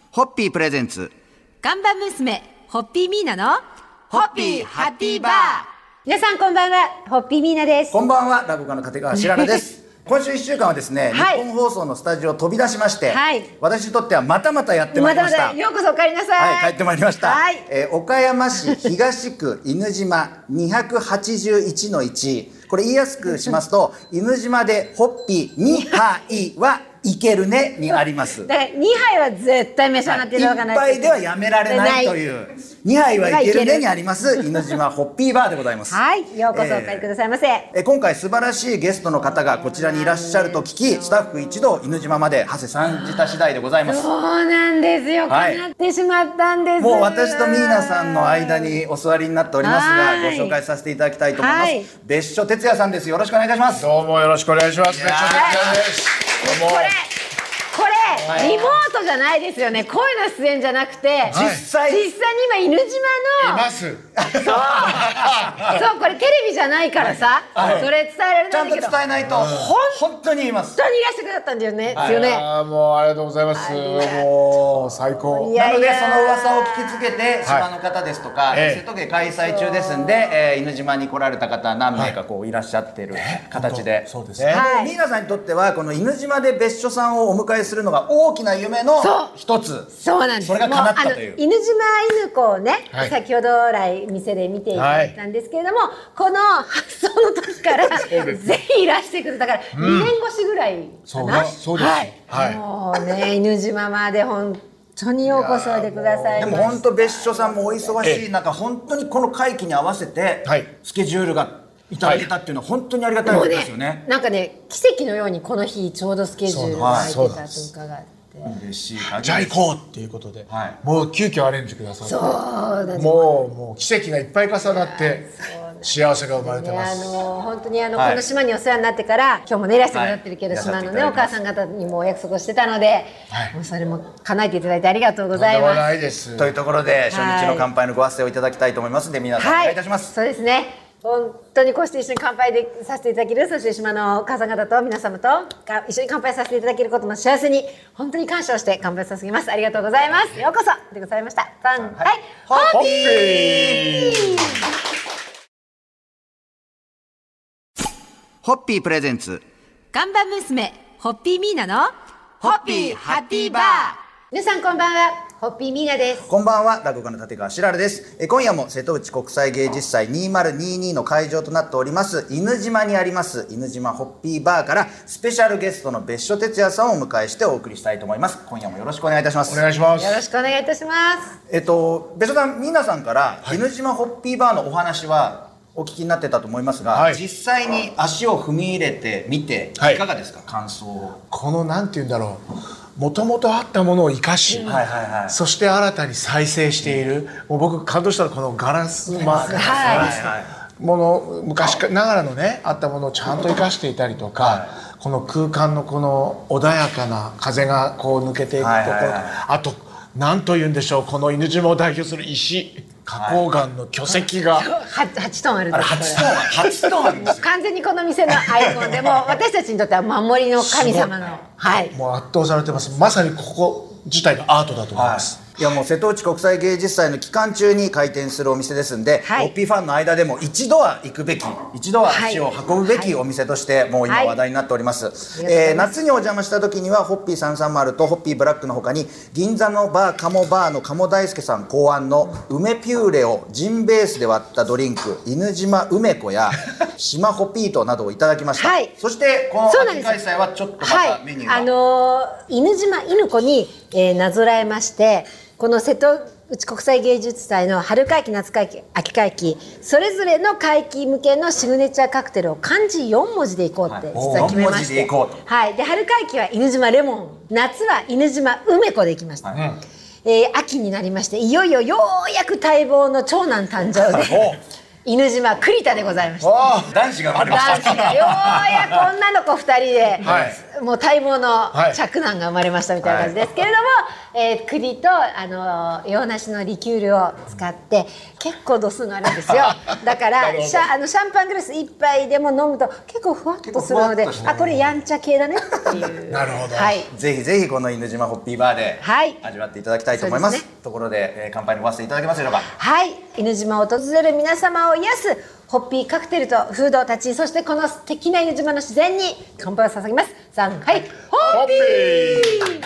ホッピープレゼンツ看板娘ホッピーミーナのホッピーハッピーバー。 皆さんこんばんは、ホッピーミーナです。 こんばんは、落語家の立川しららです今週1週間はですね、 はい、 日本放送のスタジオを飛び出しまして、 はい、 私にとってはまたまたやってまいりました。 またようこそお帰りなさい。 はい、帰ってまいりました、 はい、 岡山市東区犬島281の1、これ言いやすくしますと犬島でホッピー2杯はいけるねにあります。 だから2杯は絶対召し上がっていただかないと。 1杯ではやめられないという2杯はいけるねにあります犬島ホッピーバーでございます。 はい、ようこそお帰りくださいませ。 今回素晴らしいゲストの方がこちらにいらっしゃると聞き、スタッフ一同犬島まで馳せ参じた次第でございます。 そうなんですよ、 はい、 叶ってしまったんです。 もう私とミーナさんの間にお座りになっておりますが、ご紹介させていただきたいと思います。別所哲也さんです。よろしくお願いいたします。 どうもよろしくお願いします。別所哲也です。どうも。 これ、リモートじゃないですよね。声の出演じゃなくて、 実際に今犬島のいます。 そうこれテレビじゃないからさ、それ伝えられちゃんとないけど、 伝えないと本当に言います。 本当にいらしてくださったんだよね。ですよね。 もうありがとうございます。もう最高。 なのでその噂を聞きつけて島の方ですとか、瀬戸家開催中ですんで、犬島に来られた方何名かこういらっしゃってる形で、 そうですね。 ミーナさんにとってはこの犬島で別所さんをお迎えするのが大きな夢の一つ。 そうなんです。 それが叶ったという。 犬島犬子をね、先ほど来店で見ていただいたんですけれども、この発想の時からぜひいらしてくれたから2年越しぐらいかな。 そうです。 はい。もうね、犬島まで本当にようこそおいでください。 でも本当別所さんもお忙しい中、本当にこの会期に合わせてスケジュールがいただけたっていうのは本当にありがたいことですよね。 なんかね、奇跡のようにこの日ちょうどスケジュールが空いてたと伺って。 嬉しい。 じゃあ行こうっていうことで、もう急遽アレンジくださって、 そうだね、 もう奇跡がいっぱい重なって幸せが生まれてます。 本当にこの島にお世話になってから今日もねいらしてもらってるけど、島のねお母さん方にもお約束をしてたので、もうそれも叶えていただいてありがとうございます。 ないです。 というところで初日の乾杯のご発声をいただきたいと思いますので、皆さんお願いいたします。 そうですね。本当にこうして一緒に乾杯でさせていただける、そして島のお母さん方と皆様と一緒に乾杯させていただけることも幸せに本当に感謝をして乾杯させます。ありがとうございます。ようこそでございました。乾杯、ホッピー。 ホッピープレゼンツ看板娘ホッピーミーナのホッピーハッピーバー。 皆さんこんばんは、ホッピーミーナです。 こんばんは、落語家の立川しららです。今夜も瀬戸内国際芸術祭2022の会場となっております犬島にあります犬島ホッピーバーからスペシャルゲストの別所哲也さんをお迎えしてお送りしたいと思います。今夜もよろしくお願いいたします。 お願いします。 よろしくお願いいたします。 別所さん、皆さんから犬島ホッピーバーのお話はお聞きになってたと思いますが、実際に足を踏み入れてみていかがですか、感想を。 このなんて言うんだろう、もともとあったものを生かし、そして新たに再生している、もう僕感動したのはこのガラスマークもの、昔ながらのねあったものをちゃんと生かしていたりとか、この空間のこの穏やかな風がこう抜けていくところ、あと何と言うんでしょう、この犬島を代表する石、花崗岩の巨石が 8トンあるんです。 8トンあるんですよ。 完全にこの店のアイコンで、もう私たちにとっては守りの神様の、 もう圧倒されてます。まさにここ自体がアートだと思います。 いや、もう瀬戸内国際芸術祭の期間中に開店するお店ですんで、ホッピーファンの間でも一度は行くべき、一度は足を運ぶべきお店としてもう今話題になっております。夏にお邪魔した時にはホッピー330とホッピーブラックの他に銀座のバーカモバーの鴨大輔さん考案の梅ピューレをジンベースで割ったドリンク犬島梅子や島ホピートなどをいただきました。そしてこの秋開催はちょっとまたメニューが、 犬島犬子になぞらえまして、この瀬戸内国際芸術祭の春会期、夏会期、秋会期、それぞれの会期向けのシグネチャーカクテルを漢字4文字でいこうって実は決めまして、で春会期は犬島レモン、夏は犬島梅子でいきました。秋になりまして、いよいよようやく待望の長男誕生で犬島栗田でございました。 男子が生まれました。 男子がようやく女の子2人で、もう待望の嫡男が生まれましたみたいな感じですけれども、栗と洋梨のリキュールを使って結構度数があるんですよ。だからシャンパングラス1杯でも飲むと結構ふわっとするので、これやんちゃ系だねっていう。 なるほど。 ぜひぜひこの犬島ホッピーバーで味わっていただきたいと思います。ところで乾杯にごわせていただけますでしょうか。 はい、犬島を訪れる皆様を癒すホッピーカクテルとフードたち、そしてこの素敵な犬島の自然に乾杯を捧げます。さん、はい、ホッピー。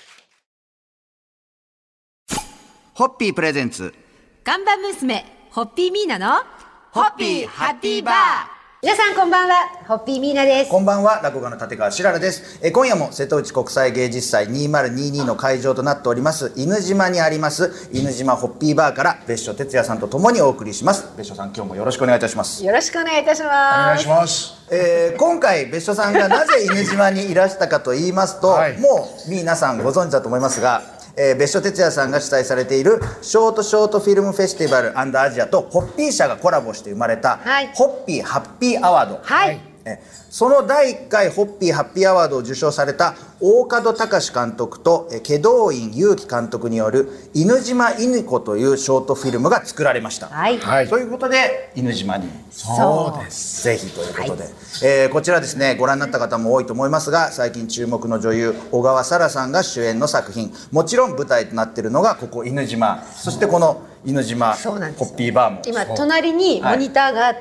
ホッピープレゼンツ看板娘ホッピーミーナのホッピーハッピーバー。皆さんこんばんは、ホッピーミーナです。 こんばんは、落語家の立川しららです。今夜も瀬戸内国際芸術祭2022の会場となっております犬島にあります犬島ホッピーバーから別所哲也さんとともにお送りします。別所さん、今日もよろしくお願いいたします。 よろしくお願いいたします。お願いします。 今回別所さんがなぜ犬島にいらしたかと言いますと、もう皆さんご存知だと思いますが、別所哲也さんが主催されているショートフィルムフェスティバル&アジアとホッピー社がコラボして生まれた、ホッピーハッピーアワード、その第1回ホッピーハッピーアワードを受賞された大門隆監督と祁答院祐希監督による犬島犬子というショートフィルムが作られました。ということで犬島にそうですぜひということで、こちらですね、ご覧になった方も多いと思いますが、最近注目の女優小川沙羅さんが主演の作品、もちろん舞台となっているのがここ犬島、そしてこの犬島ホッピーバーも今隣にモニターがあって、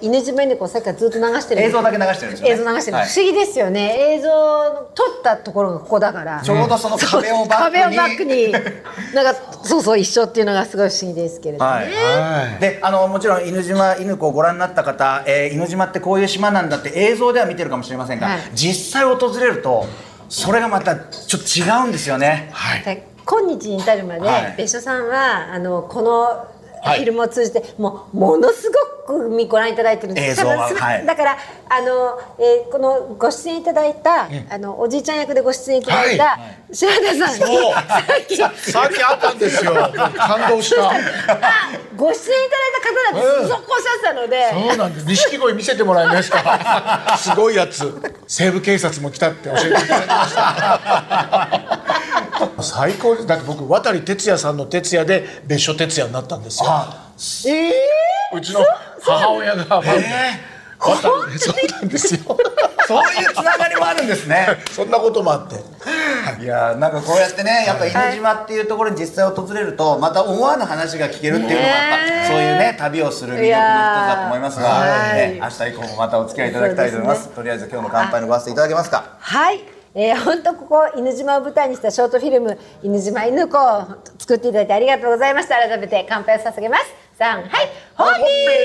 犬島犬子さっきからずっと流してる、 映像だけ流してるんですよね。 映像流してる、不思議ですよね。映像撮ったところがここだから、 ちょうどその壁をバックになんかそう一緒っていうのがすごい不思議ですけれどもね。 でもちろん犬島犬子をご覧になった方、犬島ってこういう島なんだって映像では見てるかもしれませんが、実際訪れるとそれがまたちょっと違うんですよね。 今日に至るまで別所さんはこのフィルムを通じてものすごくご覧いただいてるんです。だからこのご出演いただいたおじいちゃん役でご出演いただいた白田さんにさっきあったんですよ。感動した。 ご出演いただいた方だってそこおっしゃってたので、 そうなんです。錦鯉見せてもらいました。すごいやつ。西部警察も来たって教えていただきました。最高です。だって僕渡哲也さんの哲也で別所哲也になったんですよ。うちの母親がそうなんですよ。 そういうつながりもあるんですね。 そんなこともあって、 いやなんかこうやってね、やっぱ犬島っていうところに実際訪れるとまた思わぬ話が聞けるっていうのがやっぱそういうね旅をする魅力の一つだと思いますが、明日以降もまたお付き合いいただきたいと思います。とりあえず今日の乾杯のごわせていただけますか。 はい。本当ここ犬島を舞台にしたショートフィルム犬島犬子を作っていただいてありがとうございました。改めて乾杯を捧げます。3、はい、ホッピ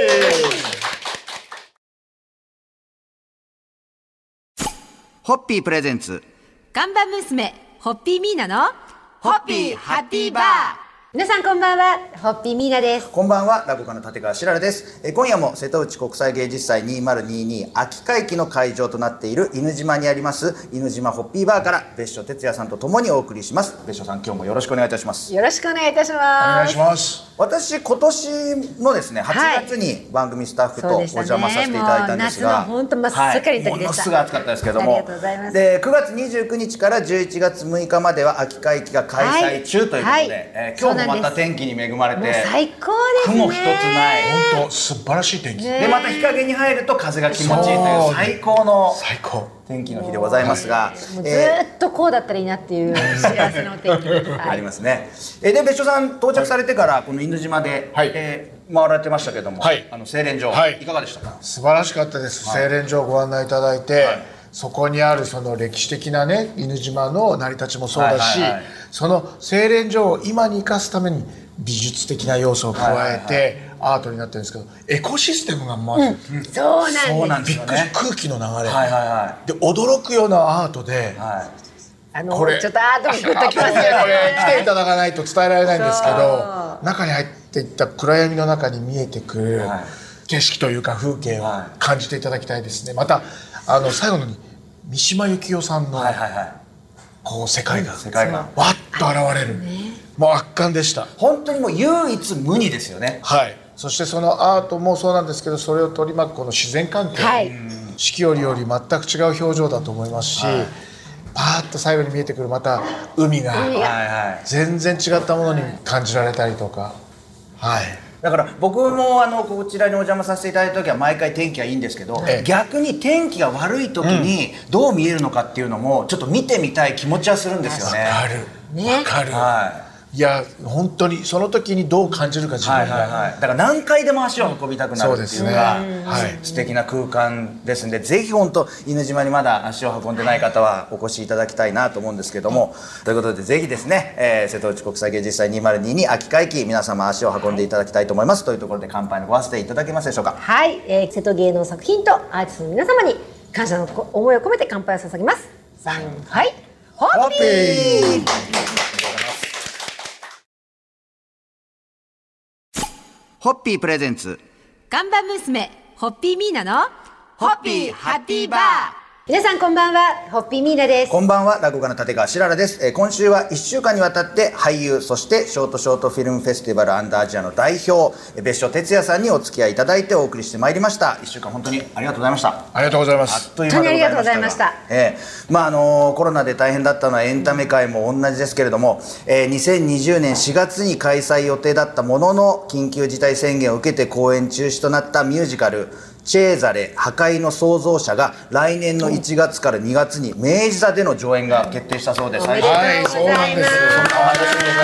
ー。ホッピープレゼンツ看板娘ホッピーミーナのホッピーハッピーバー。皆さんこんばんは、ホッピーミーナです。 こんばんは、落語家の立川しららです。今夜も瀬戸内国際芸術祭2022秋会期の会場となっている犬島にあります犬島ホッピーバーから別所哲也さんとともにお送りします。別所さん、今日もよろしくお願いいたします。 よろしくお願いいたします。 お願いします。 私今年のですね8月に番組スタッフとお邪魔させていただいたんですが、 夏の本当真っ盛りの時でした。 ものすごい暑かったですけども、 ありがとうございます。 で9月29日から11月6日までは秋会期が開催中ということで、今日もまた天気に恵まれて最高ですね。 雲一つない本当素晴らしい天気で、また日陰に入ると風が気持ちいいという最高の天気の日でございますが、 ずっとこうだったらいいなっていう幸せの天気ですありますね。で別所さん到着されてからこの犬島で回られてましたけども、製錬所いかがでしたか。 素晴らしかったです。製錬所をご案内いただいて、そこにあるその歴史的なね犬島の成り立ちもそうだし、その製錬所を今に生かすために美術的な要素を加えてアートになってるんですけど、エコシステムがまずそうなんですよね。空気の流れで驚くようなアートで、 これちょっとアートにグッときますよね。 これ来ていただかないと伝えられないんですけど、中に入っていった暗闇の中に見えてくる景色というか風景を感じていただきたいですね。また最後に三島由紀夫さんのこう世界がわっと現れる、もう圧巻でした。 本当にもう唯一無二ですよね。 そしてそのアートもそうなんですけど、それを取り巻くこの自然環境、四季折々全く違う表情だと思いますし、パーッと最後に見えてくるまた海が全然違ったものに感じられたりとか、 だから僕もこちらにお邪魔させていただいた時は毎回天気がいいんですけど、逆に天気が悪い時にどう見えるのかっていうのもちょっと見てみたい気持ちはするんですよね。 わかる。いや本当にその時にどう感じるか自分が、 だから何回でも足を運びたくなるっていうのが素敵な空間ですんで、ぜひ本当犬島にまだ足を運んでない方はお越しいただきたいなと思うんですけども、ということでぜひですね、瀬戸内国際芸術祭2022秋会期皆様足を運んでいただきたいと思います。というところで乾杯のごわせていただけますでしょうか。 はい、瀬戸芸能作品とアーティストの皆様に感謝の思いを込めて乾杯を捧げます。はい、ホッピー。 ホッピープレゼンツ看板娘ホッピーミーナのホッピーハッピーバー。皆さんこんばんは、ホッピーミーナです。 こんばんは、落語家の立川しららです。今週は1週間にわたって俳優、そしてショートフィルムフェスティバルアンダーアジアの代表別所哲也さんにお付き合いいただいてお送りしてまいりました。1週間本当にありがとうございました。 ありがとうございます。 あっという間でございましたが、 本当にありがとうございました。 コロナで大変だったのはエンタメ界も同じですけれども、2020年4月に開催予定だったものの緊急事態宣言を受けて公演中止となったミュージカルチェーザレ破壊の創造者が来年の1月から2月に明治座での上演が決定したそうです。 おめでとうございます。 そうなんです。 そんなお話でござい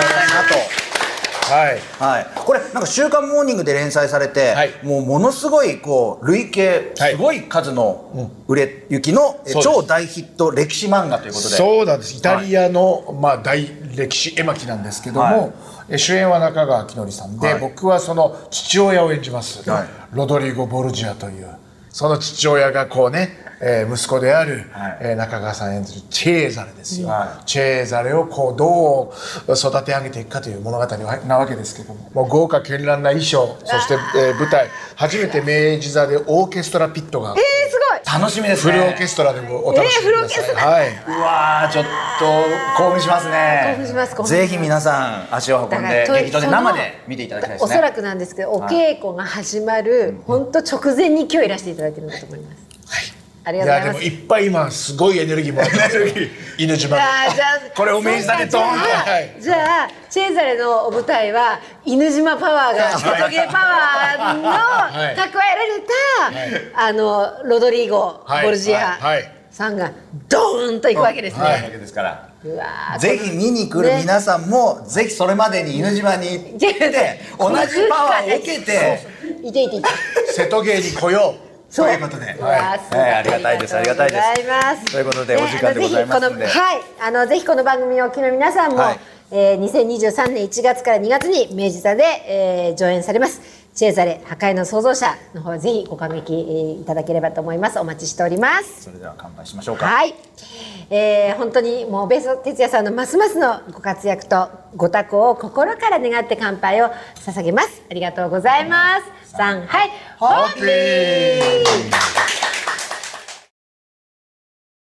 ますなと。これなんか週刊モーニングで連載されて、ものすごい累計すごい数の売れ行きの超大ヒット歴史漫画ということで。 そうなんです。イタリアの大歴史絵巻なんですけども、主演は中川貴教さんで、僕はその父親を演じます、ロドリゴ・ボルジアという、その父親が息子である、中川さん演じるチェーザレですよ、チェーザレをどう育て上げていくかという物語なわけですけども、豪華絢爛な衣装、そして、舞台初めて明治座でオーケストラピットが、 すごい楽しみですね。 フルオーケストラでもお楽しみください。 うわー、ちょっと興奮しますね。 興奮します。 ぜひ皆さん足を運んで劇場で生で見ていただきたいですね。 おそらくなんですけど、お稽古が始まる本当直前に今日いらしていただいてるんだと思います。ありがとうございます。 いやでもいっぱい今すごいエネルギーもあって犬島でこれを明治座でドーンと。 じゃあチェーザレのお舞台は犬島パワーが瀬戸芸パワーの蓄えられたロドリゴ・ボルジアさんがドーンといくわけですね。 ぜひ見に来る皆さんもぜひそれまでに犬島に行って同じパワーを受けて瀬戸芸に来よう。 そういうことで、ありがたいです。ありがたいです。ということでお時間でございますので、 ぜひこの番組をお聞きの皆さんも、2023年1月から2月に明治座で、上演されますチェーザレ破壊の創造者の方、ぜひご感激いただければと思います。お待ちしております。 それでは乾杯しましょうか。 本当にもう別所哲也さんのますますのご活躍とご多幸を心から願って乾杯を捧げます。ありがとうございます。3、はい、ホッピー。